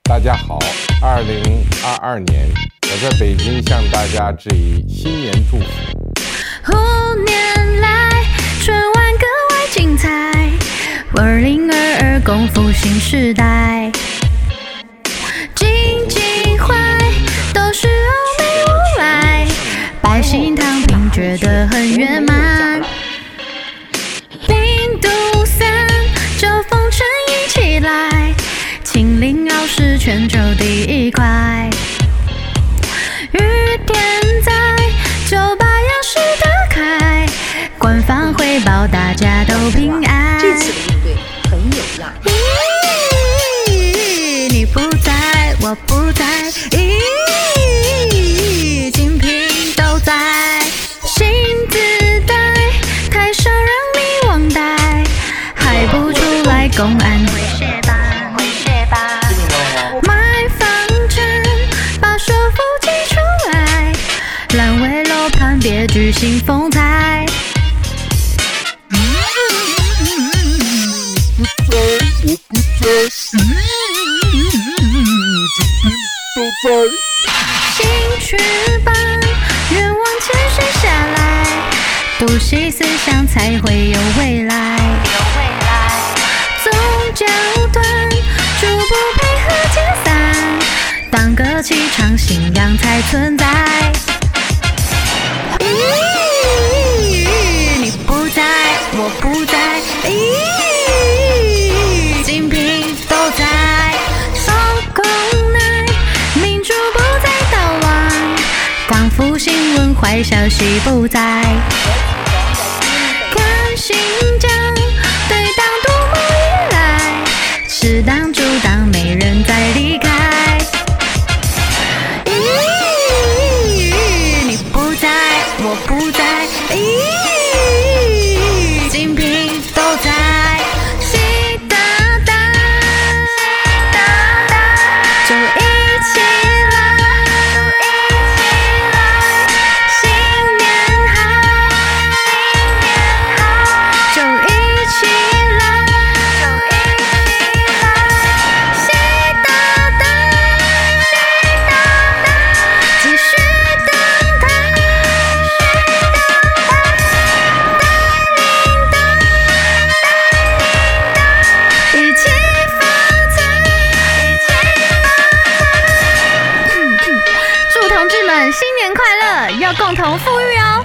大家好，2022年，我在北京向大家致以新年祝福。 虎年来，春晚格外精彩，2022共赴新时代。金鸡怀，都是欧美无赖，百姓躺平觉得很圆满。病毒散，就封城一起来，清零傲视全球第一块。雨天在，就把钥匙打开，官方汇报大家都平安。 这次的应对很有样。 你不在，我不在，精品都在。新自带，台上让你忘带，还不出来公安会卸班，会卸班。买房产，把首付寄出来，烂尾楼盘别举行风采。 我不在，精品都在。 新曲版，愿望潜水下来，笃信思想才会有未来。宗教团逐步配合解散，当个气场信仰才存在。你不在，我不在，精品都在。受公奶，民主不再捣乱，港府新闻坏消息不在。看新疆，对党独不依赖，吃党主党没人再离开。你不在，我不在，精品都在。习大大，就一起来，新年好，就一起来，习大大，继续等待，一起发财，祝同志们新年快乐，要共同富裕哦！